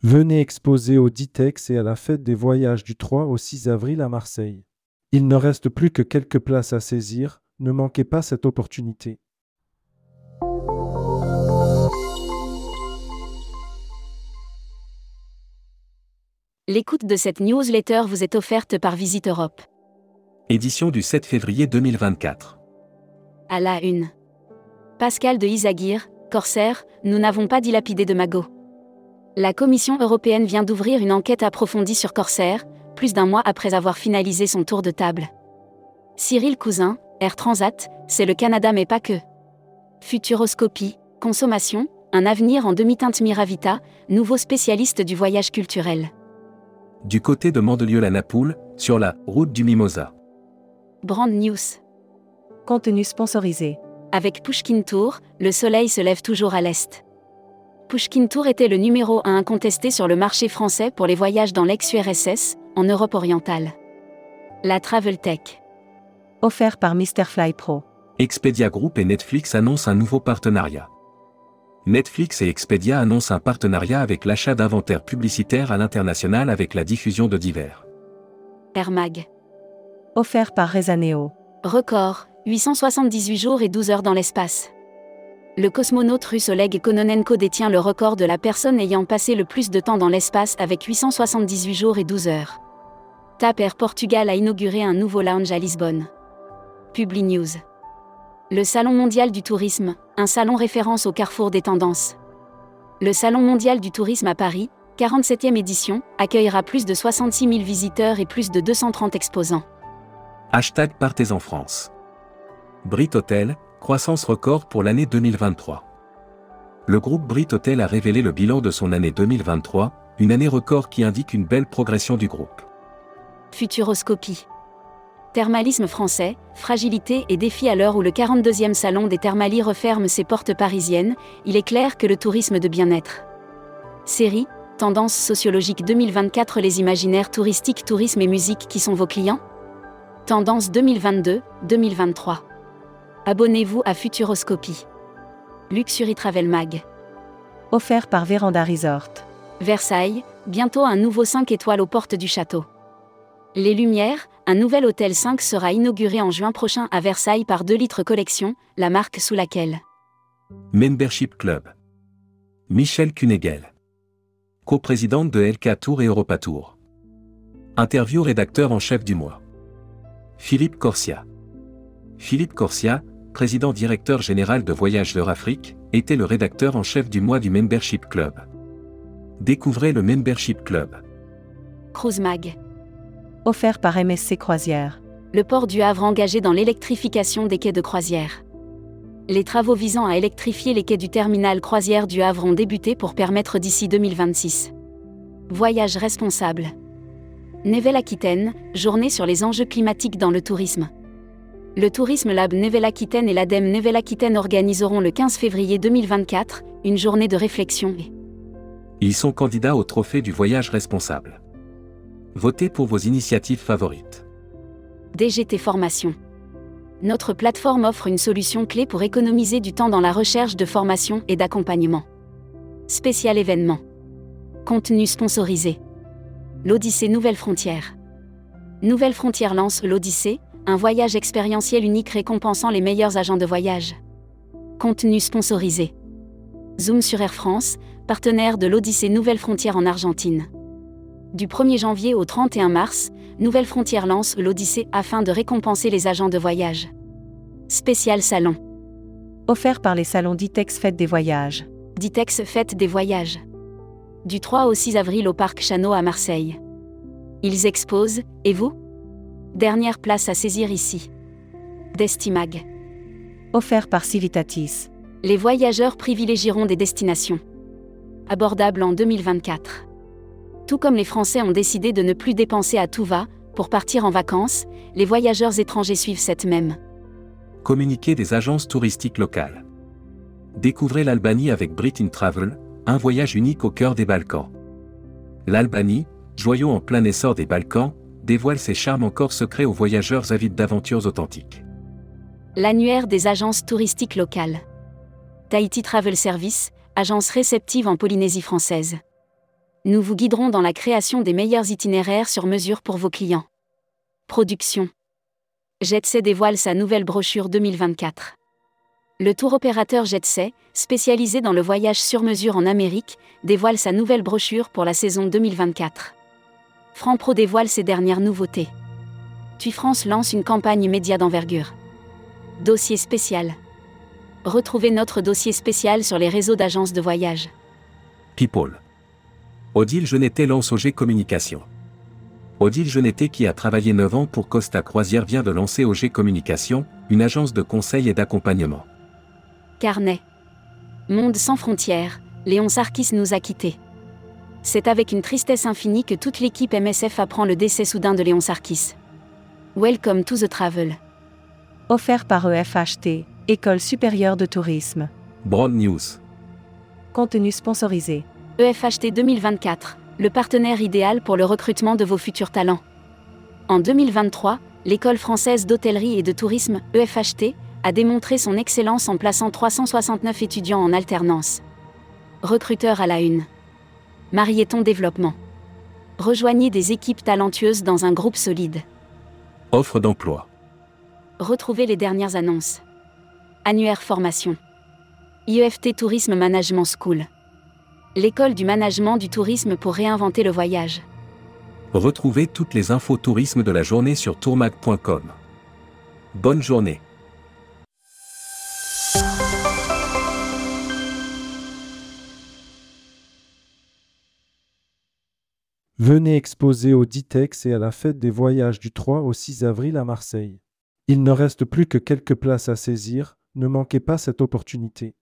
Venez exposer au Ditex et à la fête des voyages du 3 au 6 avril à Marseille. Il ne reste plus que quelques places à saisir, ne manquez pas cette opportunité. L'écoute de cette newsletter vous est offerte par Visite Europe. Édition du 7 février 2024. À la une. Pascal de Izagirre, Corsair, nous n'avons pas dilapidé de magots. La Commission européenne vient d'ouvrir une enquête approfondie sur Corsair, plus d'un mois après avoir finalisé son tour de table. Cyril Cousin, Air Transat, c'est le Canada mais pas que. Futuroscopie, consommation, un avenir en demi-teinte Miravita, nouveau spécialiste du voyage culturel. Du côté de Mandelieu-la-Napoule, sur la route du Mimosa. Brand News. Contenu sponsorisé. Avec Pushkin Tour, le soleil se lève toujours à l'est. Pushkin Tour était le numéro 1 incontesté sur le marché français pour les voyages dans l'ex-URSS, en Europe orientale. La Travel Tech. Offert par Mr Fly Pro. Expedia Group et Netflix annoncent un nouveau partenariat. Netflix et Expedia annoncent un partenariat avec l'achat d'inventaire publicitaire à l'international avec la diffusion de divers. Air Mag. Offert par Rezaneo. Record, 878 jours et 12 heures dans l'espace. Le cosmonaute russe Oleg Kononenko détient le record de la personne ayant passé le plus de temps dans l'espace avec 878 jours et 12 heures. TAP Air Portugal a inauguré un nouveau lounge à Lisbonne. Publi News. Le Salon mondial du tourisme, un salon référence au carrefour des tendances. Le Salon mondial du tourisme à Paris, 47e édition, accueillera plus de 66 000 visiteurs et plus de 230 exposants. Hashtag Partez en France. Brit Hotel, croissance record pour l'année 2023. Le groupe Brit Hotel a révélé le bilan de son année 2023, une année record qui indique une belle progression du groupe. Futuroscopie. Thermalisme français, fragilité et défi à l'heure où le 42e salon des Thermalies referme ses portes parisiennes, il est clair que le tourisme de bien-être. Série, tendance sociologique 2024. Les imaginaires touristiques, tourisme et musique qui sont vos clients ? Tendance 2022-2023. Abonnez-vous à Futuroscopie. Luxury Travel Mag. Offert par Véranda Resort. Versailles, bientôt un nouveau 5 étoiles aux portes du château. Les Lumières, un nouvel hôtel 5 sera inauguré en juin prochain à Versailles par 2 litres Collection, la marque sous laquelle Membership Club. Michel Cunéguel. Coprésidente de LK Tour et Europa Tour. Interview rédacteur en chef du mois. Philippe Corsia. Philippe Corsia, président directeur général de Voyages Eurafrique, était le rédacteur en chef du mois du Membership Club. Découvrez le Membership Club. Cruise Mag. Offert par MSC Croisière. Le port du Havre engagé dans l'électrification des quais de croisière. Les travaux visant à électrifier les quais du terminal croisière du Havre ont débuté pour permettre d'ici 2026. Voyage responsable. Nouvelle-Aquitaine, journée sur les enjeux climatiques dans le tourisme. Le Tourisme Lab Nouvelle-Aquitaine et l'ADEME Nouvelle-Aquitaine organiseront le 15 février 2024 une journée de réflexion. Ils sont candidats au trophée du voyage responsable. Votez pour vos initiatives favorites. DGT Formation. Notre plateforme offre une solution clé pour économiser du temps dans la recherche de formation et d'accompagnement. Spécial événement. Contenu sponsorisé. L'Odyssée Nouvelle Frontière. Nouvelle Frontière lance l'Odyssée, un voyage expérientiel unique récompensant les meilleurs agents de voyage. Contenu sponsorisé. Zoom sur Air France, partenaire de l'Odyssée Nouvelle Frontière en Argentine. Du 1er janvier au 31 mars, Nouvelle Frontière lance l'Odyssée afin de récompenser les agents de voyage. Spécial salon. Offert par les salons Ditex Fête des Voyages. Ditex Fête des Voyages. Du 3 au 6 avril au Parc Chano à Marseille. Ils exposent, et vous ? Dernière place à saisir ici. Destimag. Offert par Civitatis. Les voyageurs privilégieront des destinations abordables en 2024. Tout comme les Français ont décidé de ne plus dépenser à tout va, pour partir en vacances, les voyageurs étrangers suivent cette même. Communiqué des agences touristiques locales. Découvrez l'Albanie avec Brit in Travel, un voyage unique au cœur des Balkans. L'Albanie, joyau en plein essor des Balkans, dévoile ses charmes encore secrets aux voyageurs avides d'aventures authentiques. L'annuaire des agences touristiques locales. Tahiti Travel Service, agence réceptive en Polynésie française. Nous vous guiderons dans la création des meilleurs itinéraires sur mesure pour vos clients. Production. Jetsay dévoile sa nouvelle brochure 2024. Le tour opérateur Jetsay, spécialisé dans le voyage sur mesure en Amérique, dévoile sa nouvelle brochure pour la saison 2024. Franpro dévoile ses dernières nouveautés. TUI France lance une campagne média d'envergure. Dossier spécial. Retrouvez notre dossier spécial sur les réseaux d'agences de voyage. People. Odile Genetet lance OG Communication. Odile Genetet, qui a travaillé 9 ans pour Costa Croisière, vient de lancer OG Communication, une agence de conseil et d'accompagnement. Carnet. Monde sans frontières, Léon Sarkis nous a quittés. C'est avec une tristesse infinie que toute l'équipe MSF apprend le décès soudain de Léon Sarkis. Welcome to the travel. Offert par EFHT, École supérieure de tourisme. Broad News. Contenu sponsorisé. EFHT 2024, le partenaire idéal pour le recrutement de vos futurs talents. En 2023, l'École française d'hôtellerie et de tourisme, EFHT, a démontré son excellence en plaçant 369 étudiants en alternance. Recruteur à la une. Marieton Développement. Rejoignez des équipes talentueuses dans un groupe solide. Offre d'emploi. Retrouvez les dernières annonces. Annuaire formation. IEFT Tourisme Management School. L'école du management du tourisme pour réinventer le voyage. Retrouvez toutes les infos tourisme de la journée sur tourmag.com. Bonne journée. Venez exposer au Ditex et à la fête des voyages du 3 au 6 avril à Marseille. Il ne reste plus que quelques places à saisir, ne manquez pas cette opportunité.